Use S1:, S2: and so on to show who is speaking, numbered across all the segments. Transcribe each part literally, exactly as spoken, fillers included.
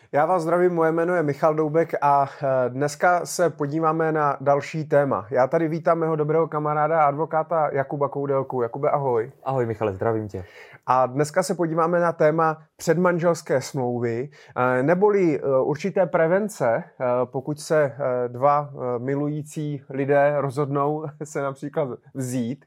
S1: Já vás zdravím, moje jméno je Michal Doubek a dneska se podíváme na další téma. Já tady vítám mého dobrého kamaráda a advokáta Jakuba Koudelku. Jakube, ahoj.
S2: Ahoj Michale, zdravím tě.
S1: A dneska se podíváme na téma předmanželské smlouvy, neboli určité prevence, pokud se dva milující lidé rozhodnou se například vzít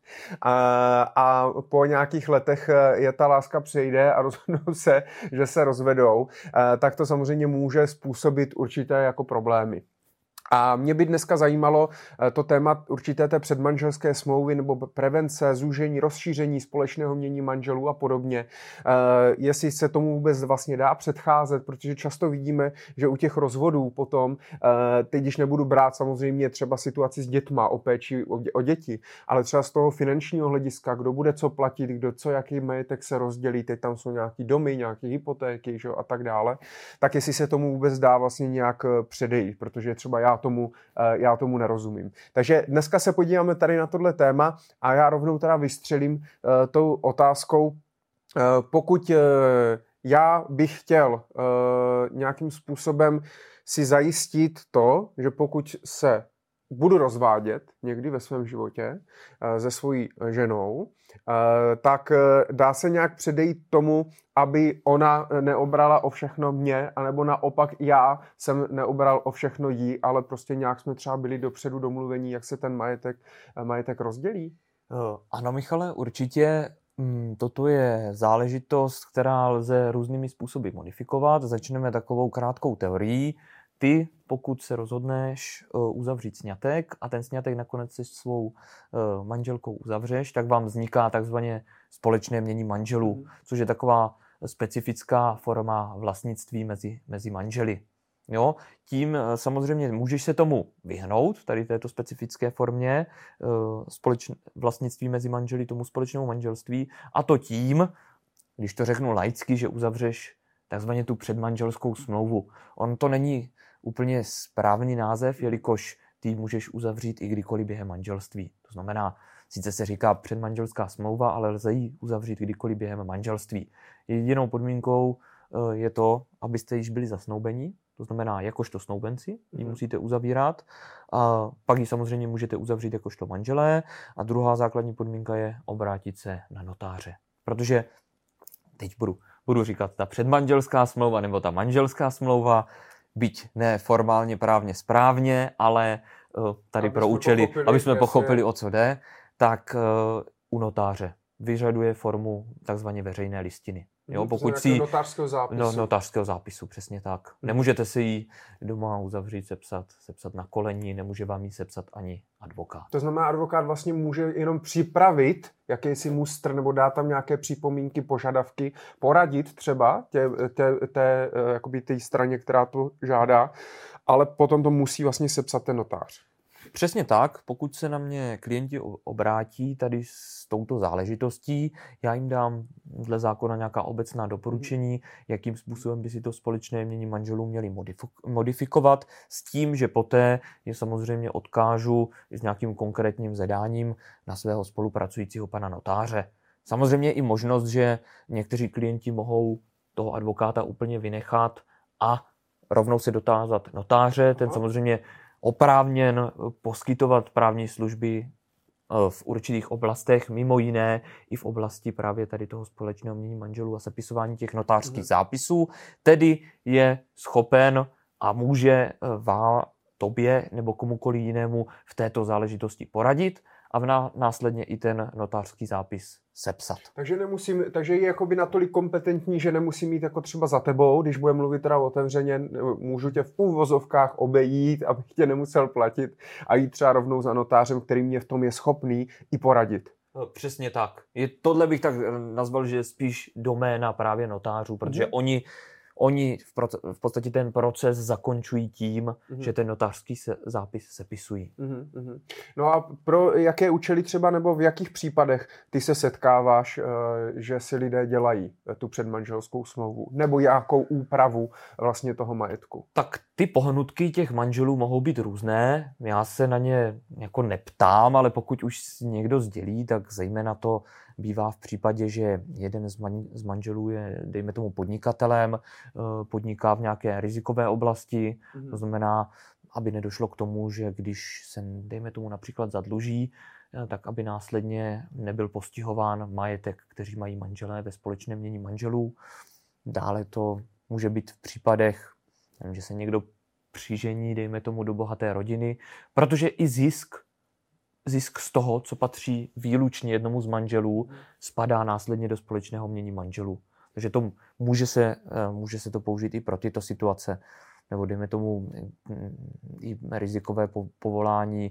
S1: a po nějakých letech je ta láska přejde a rozhodnou se, že se rozvedou, tak to samozřejmě může způsobit určité jako problémy. A mě by dneska zajímalo to téma určité té předmanželské smlouvy nebo prevence, zúžení, rozšíření společného jmění manželů a podobně. Jestli se tomu vůbec vlastně dá předcházet, protože často vidíme, že u těch rozvodů potom, teď když nebudu brát samozřejmě třeba situaci s dětma, o péči o děti, ale třeba z toho finančního hlediska, kdo bude co platit, kdo co, jaký majetek se rozdělí, teď tam jsou nějaký domy, nějaké hypotéky, že, a tak dále, tak jestli se tomu vůbec dá vlastně nějak předejít, protože třeba já tomu, já tomu nerozumím. Takže dneska se podíváme tady na tohle téma a já rovnou teda vystřelím uh, tou otázkou, uh, pokud uh, já bych chtěl uh, nějakým způsobem si zajistit to, že pokud se budu rozvádět někdy ve svém životě uh, se svojí ženou, uh, tak uh, dá se nějak předejít tomu, aby ona neobrala o všechno mě, anebo naopak já jsem neobral o všechno jí, ale prostě nějak jsme třeba byli dopředu domluvení, jak se ten majetek, majetek rozdělí?
S2: Ano, Michale, určitě. Toto je záležitost, která lze různými způsoby modifikovat. Začneme takovou krátkou teorií. Ty, pokud se rozhodneš uzavřít sňatek a ten sňatek nakonec se svou manželkou uzavřeš, tak vám vzniká takzvaně společné jmění manželů, mm. což je taková specifická forma vlastnictví mezi, mezi manželi. Jo? Tím samozřejmě můžeš se tomu vyhnout, tady této specifické formě společ, vlastnictví mezi manželi, tomu společnému manželství, a to tím, když to řeknu laicky, že uzavřeš takzvaně tu předmanželskou smlouvu. On to není úplně správný název, jelikož ty můžeš uzavřít i kdykoliv během manželství. To znamená, sice se říká předmanželská smlouva, ale lze ji uzavřít kdykoliv během manželství. Jedinou podmínkou je to, abyste již byli zasnoubeni, to znamená jakožto snoubenci, ji mm. musíte uzavírat. A pak ji samozřejmě můžete uzavřít jakožto manželé. A druhá základní podmínka je obrátit se na notáře. Protože teď budu, budu říkat ta předmanželská smlouva nebo ta manželská smlouva, byť ne formálně právně správně, ale tady aby pro účely, pochopili, aby jsme pochopili, o co jde, tak u notáře vyžaduje formu takzvaně veřejné listiny. Jo, pokud si
S1: notářského zápisu.
S2: No, notářského zápisu, přesně tak. Hmm. Nemůžete si ji doma uzavřít, sepsat, sepsat na koleni, nemůže vám ji sepsat ani advokát.
S1: To znamená, advokát vlastně může jenom připravit jakýsi mustr nebo dát tam nějaké připomínky, požadavky, poradit třeba té, té, té, jakoby té straně, která to žádá, ale potom to musí vlastně sepsat ten notář.
S2: Přesně tak, pokud se na mě klienti obrátí tady s touto záležitostí, já jim dám dle zákona nějaká obecná doporučení, jakým způsobem by si to společné jmění manželů měli modifikovat, s tím, že poté je samozřejmě odkážu s nějakým konkrétním zadáním na svého spolupracujícího pana notáře. Samozřejmě i možnost, že někteří klienti mohou toho advokáta úplně vynechat a rovnou se dotázat notáře, ten samozřejmě oprávněn poskytovat právní služby v určitých oblastech, mimo jiné i v oblasti právě tady toho společného jmění manželů a sepisování těch notářských mm. zápisů, tedy je schopen a může vám, tobě nebo komukoliv jinému v této záležitosti poradit a v následně i ten notářský zápis sepsat.
S1: Takže nemusím, takže je jakoby natolik kompetentní, že nemusím mít jako třeba za tebou, když budeme mluvit teda otevřeně, můžu tě v úvozovkách obejít, abych tě nemusel platit a jít třeba rovnou za notářem, který mě v tom je schopný i poradit.
S2: Přesně tak. Je, tohle bych tak nazval, že je spíš doména právě notářů, protože mm. oni Oni v, proce- v podstatě ten proces zakončují tím, mm-hmm. že ten notářský se- zápis sepisují.
S1: Mm-hmm. No a pro jaké účely třeba nebo v jakých případech ty se setkáváš, že si lidé dělají tu předmanželskou smlouvu? Nebo jakou úpravu vlastně toho majetku?
S2: Tak ty pohnutky těch manželů mohou být různé. Já se na ně jako neptám, ale pokud už někdo sdělí, tak zejména to bývá v případě, že jeden z, man, z manželů je, dejme tomu, podnikatelem, podniká v nějaké rizikové oblasti, mm. to znamená, aby nedošlo k tomu, že když se, dejme tomu, například zadluží, tak aby následně nebyl postihován majetek, kteří mají manželé ve společném jmění manželů. Dále to může být v případech, nevím, že se někdo přižení, dejme tomu, do bohaté rodiny, protože i zisk, zisk z toho, co patří výlučně jednomu z manželů, spadá následně do společného jmění manželů. Takže to může se, může se to použít i pro tyto situace. Nebo dejme tomu i rizikové povolání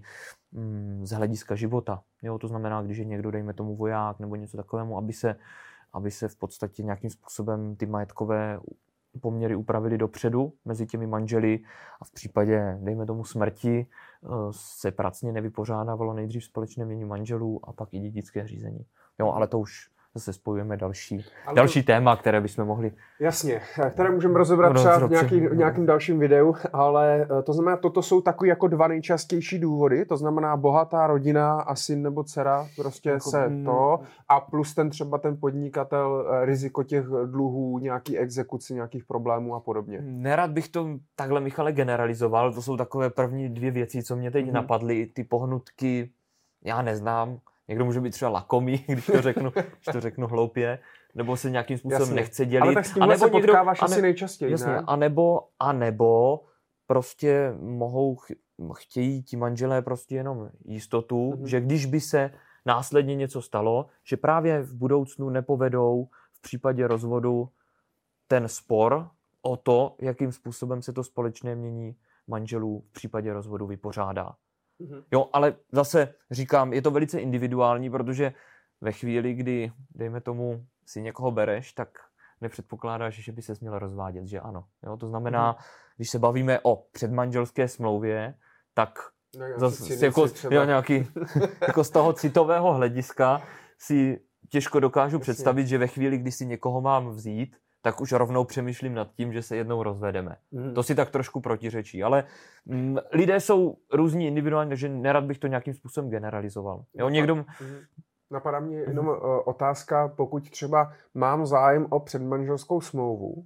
S2: z hlediska života. Jo, to znamená, když je někdo, dejme tomu, voják nebo něco takovému, aby se, aby se v podstatě nějakým způsobem ty majetkové poměry upravily dopředu mezi těmi manželi a v případě, dejme tomu, smrti se pracně nevypořádávalo nejdřív společné jmění manželů a pak i dědické řízení. Jo, ale to už zase spojujeme další, další to... téma, které bychom mohli...
S1: Jasně, které můžeme rozebrat no, třeba v nějaký, nějakým dalším videu, ale to znamená, toto jsou takový jako dva nejčastější důvody, to znamená bohatá rodina a syn nebo dcera, prostě jako, se mm, to, a plus ten třeba ten podnikatel, riziko těch dluhů, nějaký exekuci, nějakých problémů a podobně.
S2: Nerad bych to takhle, Michale, generalizoval, to jsou takové první dvě věci, co mě teď mm. napadly, ty pohnutky, já neznám. Někdo může být třeba lakomý, když to řeknu, když to řeknu hloupě, nebo se nějakým způsobem jasně. nechce dělit.
S1: Ale tak s tímhle se potkáváš někdo, asi nejčastěji,
S2: jasně,
S1: ne?
S2: A nebo, a nebo prostě mohou, chtějí ti manželé prostě jenom jistotu, mm-hmm. že když by se následně něco stalo, že právě v budoucnu nepovedou v případě rozvodu ten spor o to, jakým způsobem se to společné jmění manželů v případě rozvodu vypořádá. Jo, ale zase říkám, je to velice individuální, protože ve chvíli, kdy, dejme tomu, si někoho bereš, tak nepředpokládáš, že by se měl rozvádět, že ano. Jo, to znamená, mm. když se bavíme o předmanželské smlouvě, tak no, zase jako, jo, nějaký, jako z toho citového hlediska si těžko dokážu Jasně. představit, že ve chvíli, kdy si někoho mám vzít, tak už rovnou přemýšlím nad tím, že se jednou rozvedeme. Mm. To si tak trošku protiřečí, ale mm, lidé jsou různí individuální, takže nerad bych to nějakým způsobem generalizoval. Jo, někdo...
S1: Mm. Napadá mě jenom mm. otázka, pokud třeba mám zájem o předmanželskou smlouvu,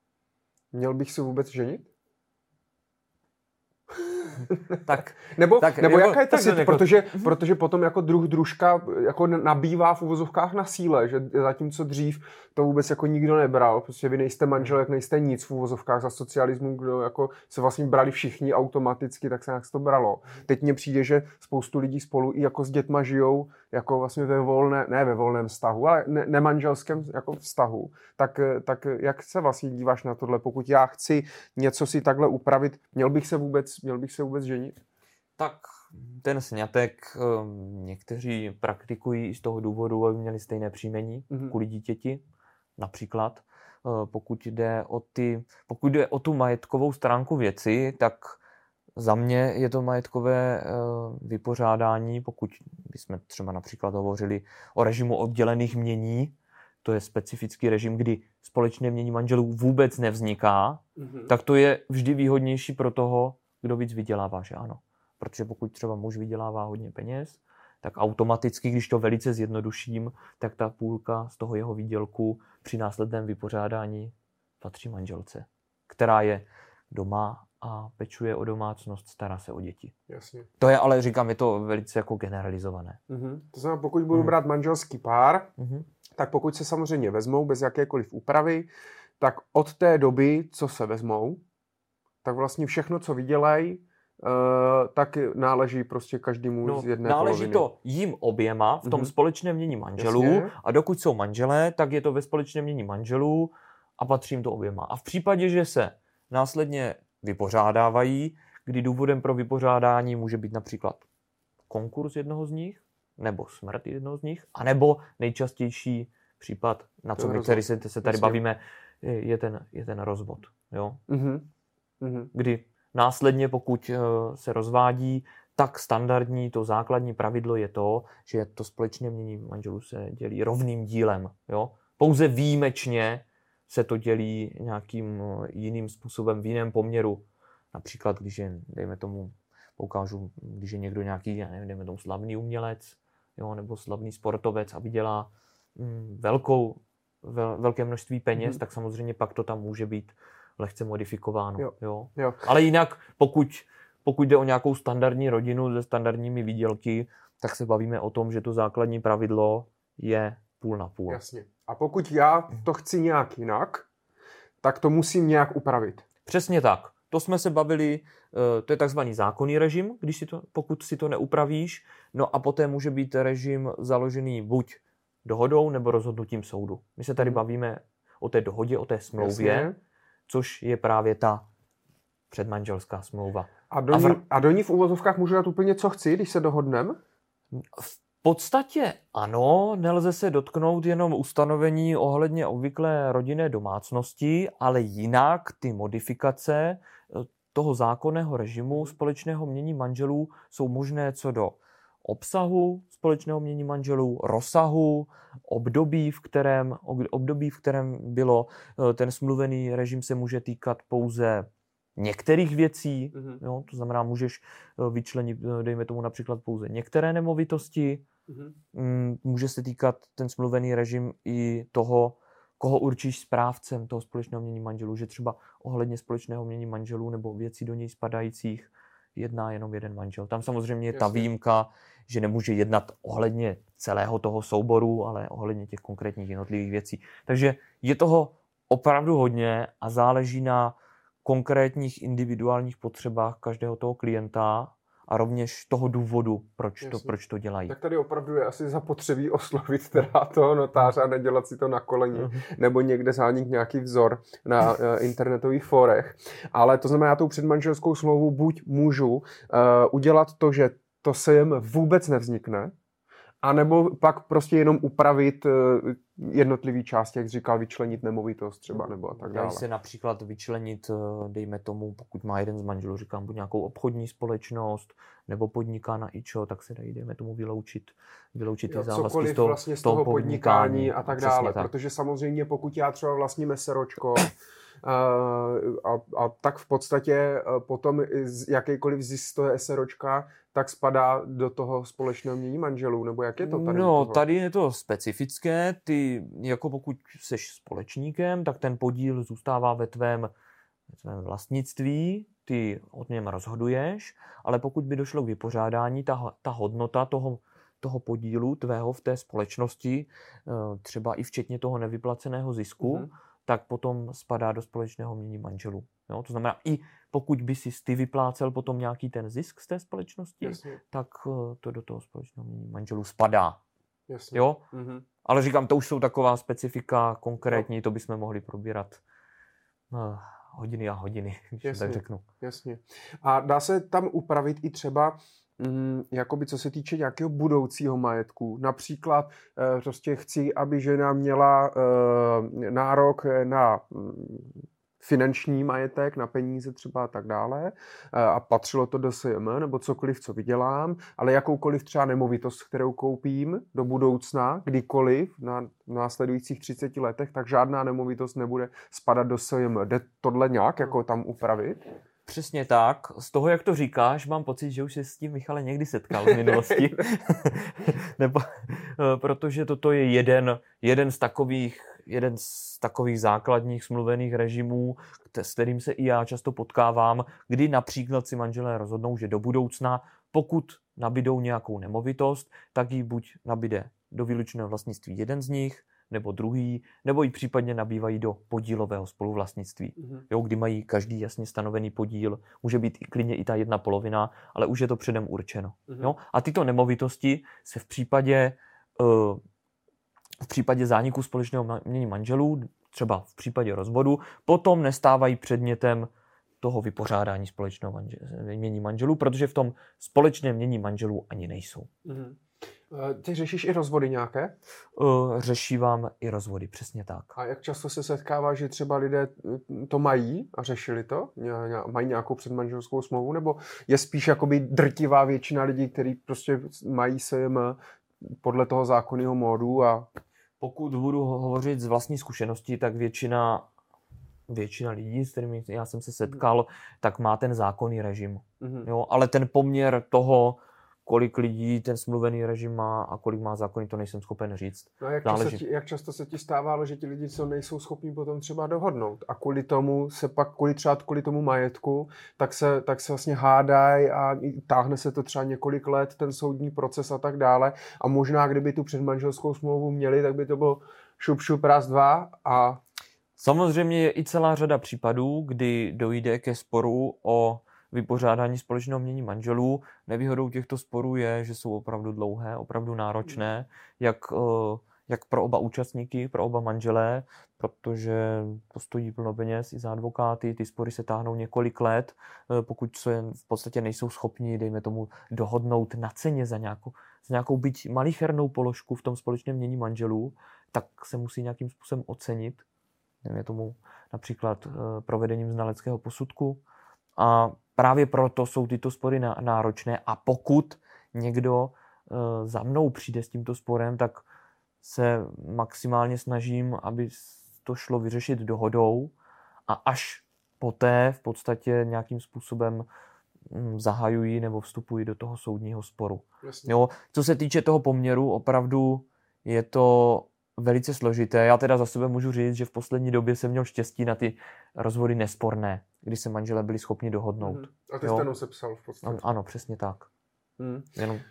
S1: měl bych se vůbec ženit?
S2: tak,
S1: nebo
S2: tak,
S1: nebo
S2: jako,
S1: jaká je ta situace, jako... protože, protože potom jako druh družka jako nabývá v uvozovkách na síle, že zatímco dřív to vůbec jako nikdo nebral, prostě vy nejste manžel, jak nejste nic v uvozovkách za socialismu, kdo jako se vlastně brali všichni automaticky, tak se nějak to bralo. Teď mně přijde, že spoustu lidí spolu i jako s dětma žijou jako vlastně ve volné, ne ve volném vztahu, ale ne, nemanželském jako vztahu. Tak, tak jak se vlastně díváš na tohle, pokud já chci něco si takhle upravit, měl bych se vůbec, měl bych se vůbec ženit?
S2: Tak ten sňatek někteří praktikují z toho důvodu, aby měli stejné příjmení mm-hmm. kvůli dítěti, například. Pokud jde o ty, pokud jde o tu majetkovou stránku věci, tak za mě je to majetkové vypořádání, pokud bychom třeba například hovořili o režimu oddělených jmění, to je specifický režim, kdy společné jmění manželů vůbec nevzniká, mm-hmm. tak to je vždy výhodnější pro toho, kdo víc vydělává, že ano. Protože pokud třeba muž vydělává hodně peněz, tak automaticky, když to velice zjednoduším, tak ta půlka z toho jeho výdělku při následném vypořádání patří manželce, která je doma a pečuje o domácnost, stará se o děti.
S1: Jasně.
S2: To je, ale říkám, je to velice jako generalizované.
S1: Mm-hmm. To znamená, pokud budu mm. brát manželský pár, mm-hmm. tak pokud se samozřejmě vezmou bez jakékoliv úpravy, tak od té doby, co se vezmou, tak vlastně všechno, co vydělají, Uh, tak náleží prostě každému no, z jedné
S2: náleží
S1: poloviny.
S2: To jim oběma v tom mm-hmm. společném jmění manželů. Jasně. A dokud jsou manželé, tak je to ve společném jmění manželů a patří jim to oběma. A v případě, že se následně vypořádávají, kdy důvodem pro vypořádání může být například konkurs jednoho z nich, nebo smrt jednoho z nich, anebo nejčastější případ, na co my, který se, se tady Jasně. bavíme, je ten, je ten rozvod. Jo?
S1: Mm-hmm. Mm-hmm.
S2: Kdy následně, pokud se rozvádí, tak standardní, to základní pravidlo je to, že to společné jmění manželů se dělí rovným dílem. Jo? Pouze výjimečně se to dělí nějakým jiným způsobem, v jiném poměru. Například, když je, dejme tomu, poukážu, když je někdo nějaký, já nevím, dejme tomu slavný umělec, jo, nebo slavný sportovec a vydělá mm, velkou, vel, velké množství peněz,
S1: mm-hmm.
S2: tak samozřejmě pak to tam může být lehce modifikováno.
S1: Jo.
S2: Jo.
S1: Jo.
S2: Ale jinak, pokud, pokud jde o nějakou standardní rodinu se standardními výdělky, tak se bavíme o tom, že to základní pravidlo je půl na půl.
S1: Jasně. A pokud já to chci nějak jinak, tak to musím nějak upravit.
S2: Přesně tak. To jsme se bavili, to je takzvaný zákonný režim, když si to, pokud si to neupravíš. No a poté může být režim založený buď dohodou nebo rozhodnutím soudu. My se tady bavíme o té dohodě, o té smlouvě, Jasně. což je právě ta předmanželská smlouva.
S1: A do, ní, a, vr... a do ní v uvozovkách můžu dát úplně co chci, když se dohodneme?
S2: V podstatě ano, nelze se dotknout jenom ustanovení ohledně obvyklé rodinné domácnosti, ale jinak ty modifikace toho zákonného režimu společného jmění manželů jsou možné co do obsahu společného jmění manželů, rozsahu, období, v kterém, období, v kterém bylo ten smluvený režim, se může týkat pouze některých věcí, mm-hmm. jo, to znamená, můžeš vyčlenit, dejme tomu například pouze některé nemovitosti, mm-hmm. může se týkat ten smluvený režim i toho, koho určíš správcem toho společného jmění manželů, že třeba ohledně společného jmění manželů nebo věcí do něj spadajících jedná jenom jeden manžel. Tam samozřejmě je ta
S1: Jasně.
S2: výjimka, že nemůže jednat ohledně celého toho souboru, ale ohledně těch konkrétních jednotlivých věcí. Takže je toho opravdu hodně a záleží na konkrétních individuálních potřebách každého toho klienta a rovněž toho důvodu, proč to, proč to dělají.
S1: Tak tady opravdu je asi zapotřebí oslovit teda toho notáře a nedělat si to na koleně, uh-huh. nebo někde zhánět nějaký vzor na uh, internetových fórech. Ale to znamená, já tou předmanželskou smlouvu buď můžu uh, udělat to, že to S J M vůbec nevznikne, anebo pak prostě jenom upravit jednotlivý části, jak říkal, vyčlenit nemovitost třeba, nebo a tak dále.
S2: Dají se například vyčlenit, dejme tomu, pokud má jeden z manželů, říkám, buď nějakou obchodní společnost, nebo podniká na ičo, tak se dají, dejme tomu, vyloučit, vyloučit ty závazky z toho,
S1: vlastně z toho podnikání a tak dále.
S2: Tak.
S1: Protože samozřejmě, pokud já třeba vlastním SROčko, A, a tak v podstatě potom jakýkoliv zisk z toho SROčka tak spadá do toho společného jmění manželů, nebo jak je to tady?
S2: No, tady je to specifické. Ty, jako pokud seš společníkem, tak ten podíl zůstává ve tvém, ve tvém vlastnictví, ty o něm rozhoduješ, ale pokud by došlo k vypořádání, ta, ta hodnota toho, toho podílu tvého v té společnosti, třeba i včetně toho nevyplaceného zisku, mm-hmm. tak potom spadá do společného jmění manželů. Jo? To znamená, i pokud by si ty vyplácel potom nějaký ten zisk z té společnosti, Jasně. tak to do toho společného jmění manželů spadá.
S1: Jasně.
S2: Jo?
S1: Mm-hmm.
S2: Ale říkám, to už jsou taková specifika konkrétní, no. To bychom mohli probírat no, hodiny a hodiny, když
S1: Jasně.
S2: tak řeknu.
S1: Jasně. A dá se tam upravit i třeba Mm, jakoby co se týče nějakého budoucího majetku. Například e, prostě chci, aby žena měla e, nárok na mm, finanční majetek, na peníze třeba a tak dále e, a patřilo to do S J M nebo cokoliv, co vydělám, ale jakoukoliv třeba nemovitost, kterou koupím do budoucna, kdykoliv na následujících třiceti letech, tak žádná nemovitost nebude spadat do S J M. Jde tohle nějak jako tam upravit?
S2: Přesně tak. Z toho, jak to říkáš, mám pocit, že už se s tím, Michale, někdy setkal v minulosti. Nebo, protože toto je jeden, jeden, z takových, jeden z takových základních smluvených režimů, s kterým se i já často potkávám, kdy například si manželé rozhodnou, že do budoucna, pokud nabydou nějakou nemovitost, tak ji buď nabide do výlučného vlastnictví jeden z nich, nebo druhý, nebo ji případně nabývají do podílového spoluvlastnictví. Mm-hmm. Jo, kdy mají každý jasně stanovený podíl, může být i klidně i ta jedna polovina, ale už je to předem určeno. Mm-hmm. Jo? A tyto nemovitosti se v případě, uh, v případě zániku společného jmění manželů, třeba v případě rozvodu, potom nestávají předmětem toho vypořádání společného jmění manželů, protože v tom společném jmění manželů ani nejsou.
S1: Mm-hmm. Ty řešíš i rozvody nějaké?
S2: Uh, řešívám i rozvody, přesně tak.
S1: A jak často se setkává, že třeba lidé to mají a řešili to? Mají nějakou předmanželskou smlouvu? Nebo je spíš jakoby drtivá většina lidí, kteří prostě mají S J M podle toho zákonného módu? A...
S2: Pokud budu hovořit z vlastní zkušenosti, tak většina, většina lidí, s kterými já jsem se setkal, tak má ten zákonný režim. Mm-hmm. Jo? Ale ten poměr toho, kolik lidí ten smluvený režim má a kolik má zákony, to nejsem schopen říct.
S1: No a jak, často ti, jak často se ti stávalo, že ti lidi co nejsou schopni potom třeba dohodnout a kvůli tomu se pak, kvůli třeba kvůli tomu majetku, tak se, tak se vlastně hádají a táhne se to třeba několik let, ten soudní proces a tak dále a možná kdyby tu předmanželskou smlouvu měli, tak by to bylo šup šup raz dva a...
S2: Samozřejmě je i celá řada případů, kdy dojde ke sporu o vypořádání společného jmění manželů. Nevýhodou těchto sporů je, že jsou opravdu dlouhé, opravdu náročné, jak, jak pro oba účastníky, pro oba manželé, protože to stojí plno peněz i za advokáty, ty spory se táhnou několik let, pokud se v podstatě nejsou schopni, dejme tomu, dohodnout na ceně za nějakou, za nějakou byť malichernou položku v tom společném jmění manželů, tak se musí nějakým způsobem ocenit, dejme tomu například provedením znaleckého posudku. A právě proto jsou tyto spory náročné a pokud někdo za mnou přijde s tímto sporem, tak se maximálně snažím, aby to šlo vyřešit dohodou a až poté v podstatě nějakým způsobem zahajují nebo vstupují do toho soudního sporu. Jo, co se týče toho poměru, opravdu je to velice složité. Já teda za sebe můžu říct, že v poslední době jsem měl štěstí na ty rozvody nesporné, kdy se manželé byli schopni dohodnout.
S1: Mm. A ty jsi to sepsal v podstatě.
S2: Ano, ano, přesně tak.
S1: Mm.
S2: Jenom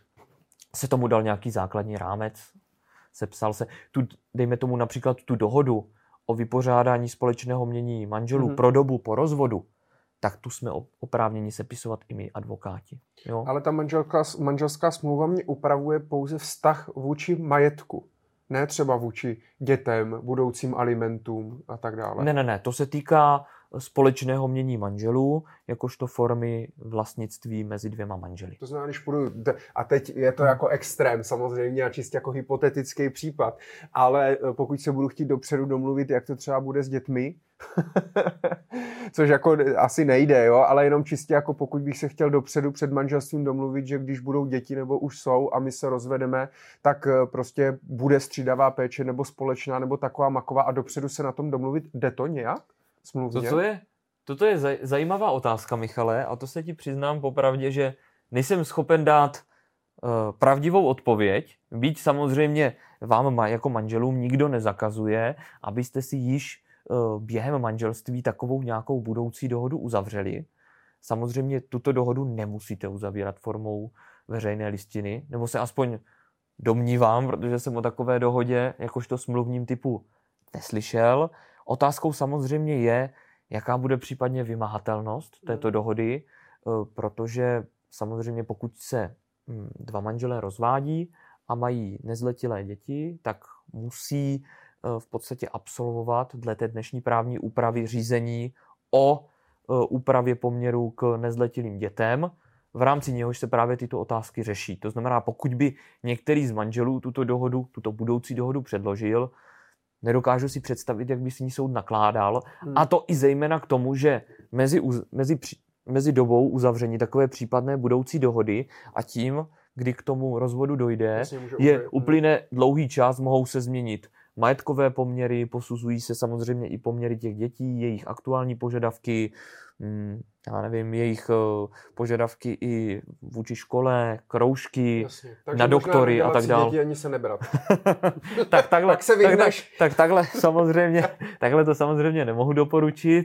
S2: se tomu dal nějaký základní rámec, sepsal se. Tu, dejme tomu například tu dohodu o vypořádání společného jmění manželů mm. pro dobu po rozvodu, tak tu jsme oprávněni sepisovat i my advokáti. Jo?
S1: Ale ta manželka, manželská smlouva mě upravuje pouze vztah vůči majetku. Ne třeba vůči dětem, budoucím alimentům a tak dále.
S2: Ne, ne, ne. To se týká společného jmění manželů, jakožto formy vlastnictví mezi dvěma manželi.
S1: To znamená, když půjdu, a teď je to jako extrém samozřejmě a čistě jako hypotetický případ, ale pokud se budu chtít dopředu domluvit, jak to třeba bude s dětmi, což jako asi nejde, jo, ale jenom čistě jako pokud bych se chtěl dopředu před manželstvím domluvit, že když budou děti nebo už jsou a my se rozvedeme, tak prostě bude střídavá péče nebo společná nebo taková maková a dopředu se na tom domluvit, jde to nějak? Smluvně?
S2: Toto je, toto je zaj, zajímavá otázka, Michale, a to se ti přiznám popravdě, že nejsem schopen dát uh, pravdivou odpověď, byť samozřejmě vám jako manželům nikdo nezakazuje, abyste si již uh, během manželství takovou nějakou budoucí dohodu uzavřeli. Samozřejmě tuto dohodu nemusíte uzavírat formou veřejné listiny, nebo se aspoň domnívám, protože jsem o takové dohodě jakožto smluvním typu neslyšel. Otázkou samozřejmě je, jaká bude případně vymahatelnost této dohody, protože samozřejmě pokud se dva manželé rozvádí a mají nezletilé děti, tak musí v podstatě absolvovat dle té dnešní právní úpravy řízení o úpravě poměru k nezletilým dětem, v rámci něhož se právě tyto otázky řeší. To znamená, pokud by některý z manželů tuto dohodu, tuto budoucí dohodu předložil, nedokážu si představit, jak by s ní soud nakládal. Hmm. A to i zejména k tomu, že mezi, mezi, mezi dobou uzavření takové případné budoucí dohody a tím, kdy k tomu rozvodu dojde, je uplyne dlouhý čas, mohou se změnit majetkové poměry, posuzují se samozřejmě i poměry těch dětí, jejich aktuální požadavky, já nevím, jejich požadavky i vůči škole, kroužky, na doktory a tak dále.
S1: Děti ani se nebrat.
S2: tak takhle,
S1: tak se vyhneš.
S2: Tak, tak, tak takhle samozřejmě, takhle to samozřejmě nemohu doporučit,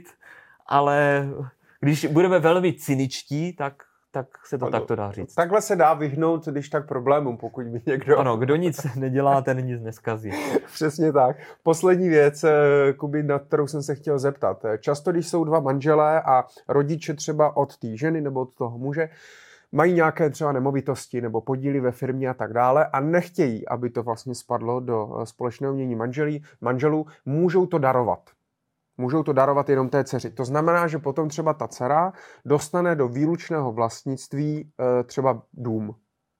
S2: ale když budeme velmi cyničtí, tak tak se to ano, takto dá říct.
S1: Takhle se dá vyhnout, když tak problémům, pokud by někdo...
S2: Ano, kdo nic nedělá, ten nic neskazí.
S1: Přesně tak. Poslední věc, Kubi, na kterou jsem se chtěl zeptat. Často, když jsou dva manželé a rodiče třeba od té ženy nebo od toho muže, mají nějaké třeba nemovitosti nebo podíly ve firmě a tak dále a nechtějí, aby to vlastně spadlo do společného jmění manželí, manželů, můžou to darovat. Můžou to darovat jenom té dceři. To znamená, že potom třeba ta dcera dostane do výlučného vlastnictví e, třeba dům.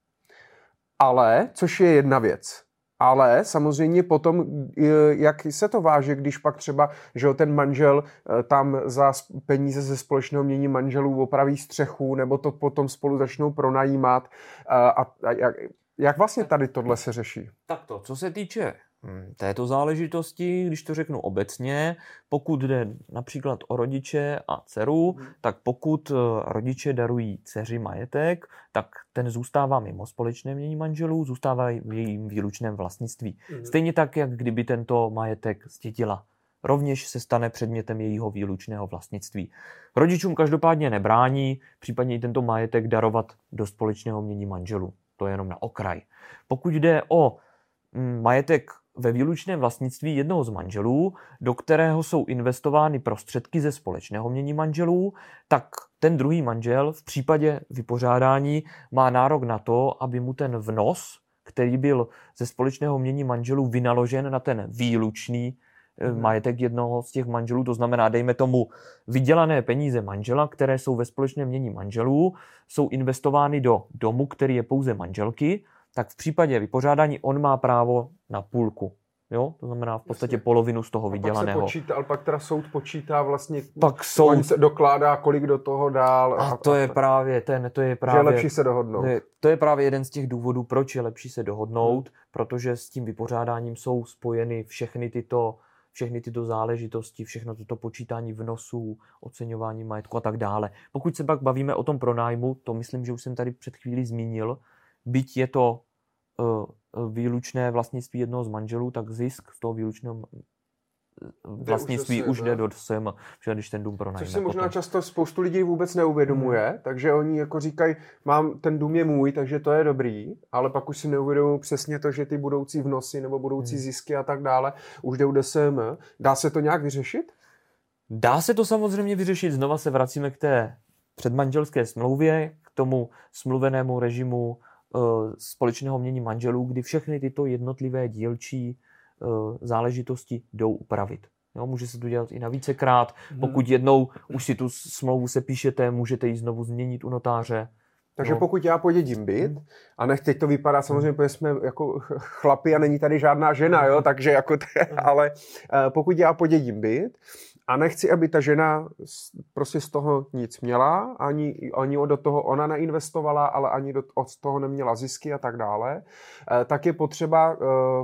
S1: Ale, což je jedna věc. Ale samozřejmě potom, e, jak se to váže, když pak třeba, že ten manžel e, tam za peníze ze společného jmění manželů opraví střechu, nebo to potom spolu začnou pronajímat. E, a, a jak, jak vlastně tady tohle se řeší?
S2: Takto, co se týče této záležitosti, když to řeknu obecně, pokud jde například o rodiče a dceru, hmm. tak pokud rodiče darují dceři majetek, tak ten zůstává mimo společné jmění manželů, zůstává v jejím výlučném vlastnictví. Hmm. Stejně tak, jak kdyby tento majetek zdědila. Rovněž se stane předmětem jejího výlučného vlastnictví. Rodičům každopádně nebrání případně i tento majetek darovat do společného jmění manželů. To je jenom na okraj. Pokud jde o majetek ve výlučném vlastnictví jednoho z manželů, do kterého jsou investovány prostředky ze společného jmění manželů, tak ten druhý manžel v případě vypořádání má nárok na to, aby mu ten vnos, který byl ze společného jmění manželů vynaložen na ten výlučný hmm. majetek jednoho z těch manželů, to znamená, dejme tomu, vydělané peníze manžela, které jsou ve společném jmění manželů, jsou investovány do domu, který je pouze manželky, tak v případě vypořádání on má právo na půlku. Jo? To znamená v podstatě Jasně. polovinu z toho
S1: a
S2: vydělaného.
S1: Pak se počítá, ale pak teda soud počítá vlastně,
S2: pak soud
S1: se dokládá, kolik do toho dál.
S2: A, a to a, je právě ten, to je právě...
S1: Že je lepší se dohodnout.
S2: To je, to je právě jeden z těch důvodů, proč je lepší se dohodnout, hmm. protože s tím vypořádáním jsou spojeny všechny tyto, všechny tyto záležitosti, všechno toto počítání vnosů, oceňování majetku a tak dále. Pokud se pak bavíme o tom pronájmu, to myslím, že už jsem tady před chvílí zmínil, byť je to uh, výlučné vlastnictví jednoho z manželů, tak zisk z toho výlučného vlastnictví už jde do S E M, když ten dům pronajme.
S1: Což si možná potom. Často spoustu lidí vůbec neuvědomuje, hmm. takže oni jako říkají, mám, ten dům je můj, takže to je dobrý, ale pak už si neuvědomují přesně to, že ty budoucí vnosy nebo budoucí hmm. zisky a tak dále už jdou do S E M. Dá se to nějak vyřešit?
S2: Dá se to samozřejmě vyřešit. Znova se vracíme k té předmanželské smlouvě, k tomu smluvenému režimu společného jmění manželů, kdy všechny tyto jednotlivé dílčí záležitosti jdou upravit. Jo, může se to dělat i na vícekrát. Pokud jednou už si tu smlouvu sepíšete, můžete ji znovu změnit u notáře.
S1: Takže no. pokud já podědím byt, a nech teď to vypadá samozřejmě, protože jsme jako chlapi a není tady žádná žena, jo, takže jako to, ale pokud já podědím byt a nechci, aby ta žena prostě z toho nic měla, ani, ani do toho ona neinvestovala, ale ani do, od toho neměla zisky a tak dále, tak je potřeba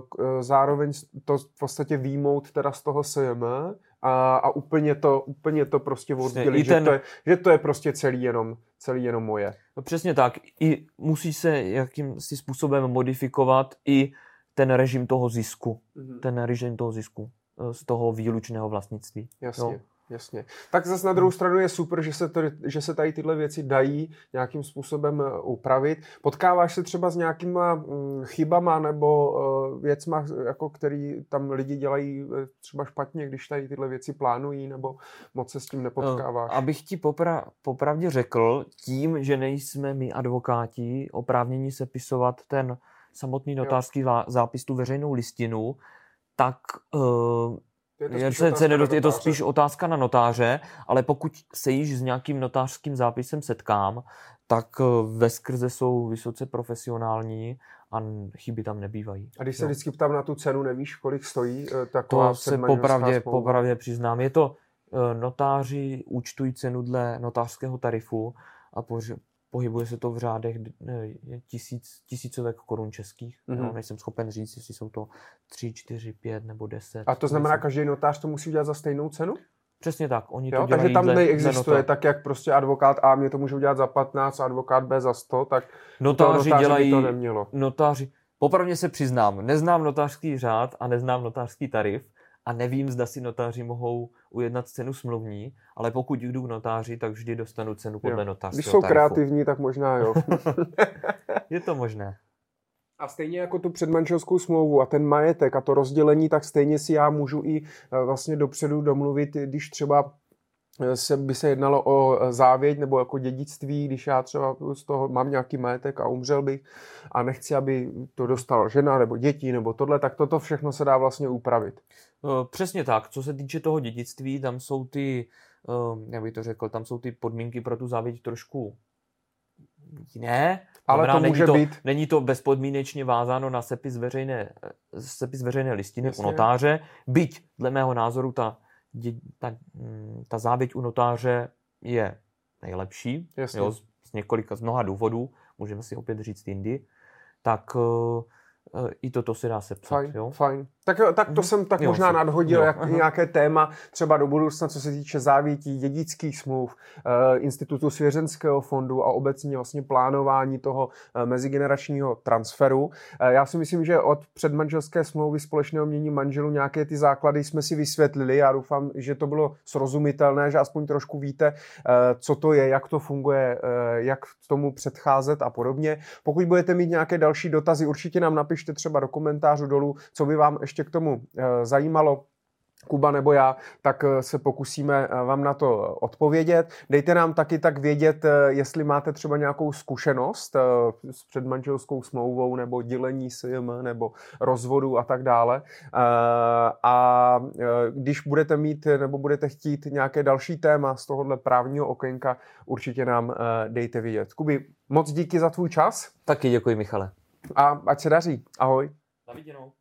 S1: zároveň to v podstatě výjmout teda z toho S M a, a úplně to, úplně to prostě oddělit, ten... že, to je, že to je prostě celý jenom, celý jenom moje.
S2: No přesně tak. I musí se jakýmsi způsobem modifikovat i ten režim toho zisku. Mm-hmm. Ten režim toho zisku z toho výlučného vlastnictví.
S1: Jasně. Jo. Jasně. Tak zase na druhou stranu je super, že se, to, že se tady tyhle věci dají nějakým způsobem upravit. Potkáváš se třeba s nějakýma mm, chybama nebo uh, věcma, jako který tam lidi dělají třeba špatně, když tady tyhle věci plánují, nebo moc se s tím nepotkáváš?
S2: Abych ti popra- popravdě řekl, tím, že nejsme my advokáti oprávnění sepisovat ten samotný notářský jo. zápis, tu veřejnou listinu, tak... Uh, Je to, je, se, se nedot, je to spíš otázka na notáře, ale pokud se již s nějakým notářským zápisem setkám, tak veskrze jsou vysoce profesionální a chyby tam nebývají.
S1: A když se no. vždycky ptám na tu cenu, nevíš, kolik stojí taková
S2: to se popravdě, popravdě přiznám. Je to, notáři účtují cenu dle notářského tarifu a poř, pohybuje se to v řádech tisíc, tisícovek korun českých. Mm-hmm. No, nejsem schopen říct, jestli jsou to tři, čtyři, pět nebo deset.
S1: A to znamená, že každý notář to musí udělat za stejnou cenu?
S2: Přesně tak. Oni
S1: jo,
S2: to
S1: takže tam
S2: dle,
S1: neexistuje dle tak, jak prostě advokát A mě to může udělat za patnáct a advokát B za sto, tak
S2: notáři, notáři dělají,
S1: to nemělo.
S2: Notáři, popravdě se přiznám, neznám notářský řád a neznám notářský tarif a nevím, zda si notáři mohou ujednat cenu smluvní, ale pokud jdu k notáři, tak vždy dostanu cenu podle jo. notářského
S1: Když jsou
S2: tarifu.
S1: kreativní, tak možná jo.
S2: Je to možné.
S1: A stejně jako tu předmanželskou smlouvu a ten majetek a to rozdělení, tak stejně si já můžu i vlastně dopředu domluvit, když třeba se, by se jednalo o závěť nebo jako dědictví, když já třeba z toho mám nějaký majetek a umřel bych a nechci, aby to dostala žena nebo děti nebo tohle, tak toto všechno se dá vlastně upravit.
S2: Přesně tak. Co se týče toho dědictví, tam jsou ty, jak bych to řekl, tam jsou ty podmínky pro tu závěť trošku jiné.
S1: Ale to může
S2: není to,
S1: být...
S2: Není to bezpodmínečně vázáno na sepis veřejné, sepis veřejné listiny
S1: Jasně.
S2: u notáře, byť dle mého názoru ta, ta, ta závěť u notáře je nejlepší, jo, z, z několika, z mnoha důvodů, můžeme si opět říct jindy, tak uh, i toto se dá sepsat.
S1: Fajn,
S2: jo?
S1: fajn. Tak, tak to jsem tak
S2: jo,
S1: možná
S2: si.
S1: nadhodil,
S2: jo.
S1: jak nějaké téma třeba do budoucna, co se týče závětí, dědických smluv, institutu svěřenského fondu a obecně vlastně plánování toho mezigeneračního transferu. Já si myslím, že od předmanželské smlouvy společného jmění manželů nějaké ty základy jsme si vysvětlili. Já doufám, že to bylo srozumitelné, že aspoň trošku víte, co to je, jak to funguje, jak tomu předcházet a podobně. Pokud budete mít nějaké další dotazy, určitě nám napište třeba do komentářů dolů, co by vám ještě k tomu zajímalo, Kuba nebo já, tak se pokusíme vám na to odpovědět. Dejte nám taky tak vědět, jestli máte třeba nějakou zkušenost s předmanželskou smlouvou nebo dělení S J M nebo rozvodu a tak dále. A když budete mít nebo budete chtít nějaké další téma z tohohle právního okénka, určitě nám dejte vědět. Kubi, moc díky za tvůj čas.
S2: Taky děkuji, Michale.
S1: A ať se daří. Ahoj.
S2: Na viděnou.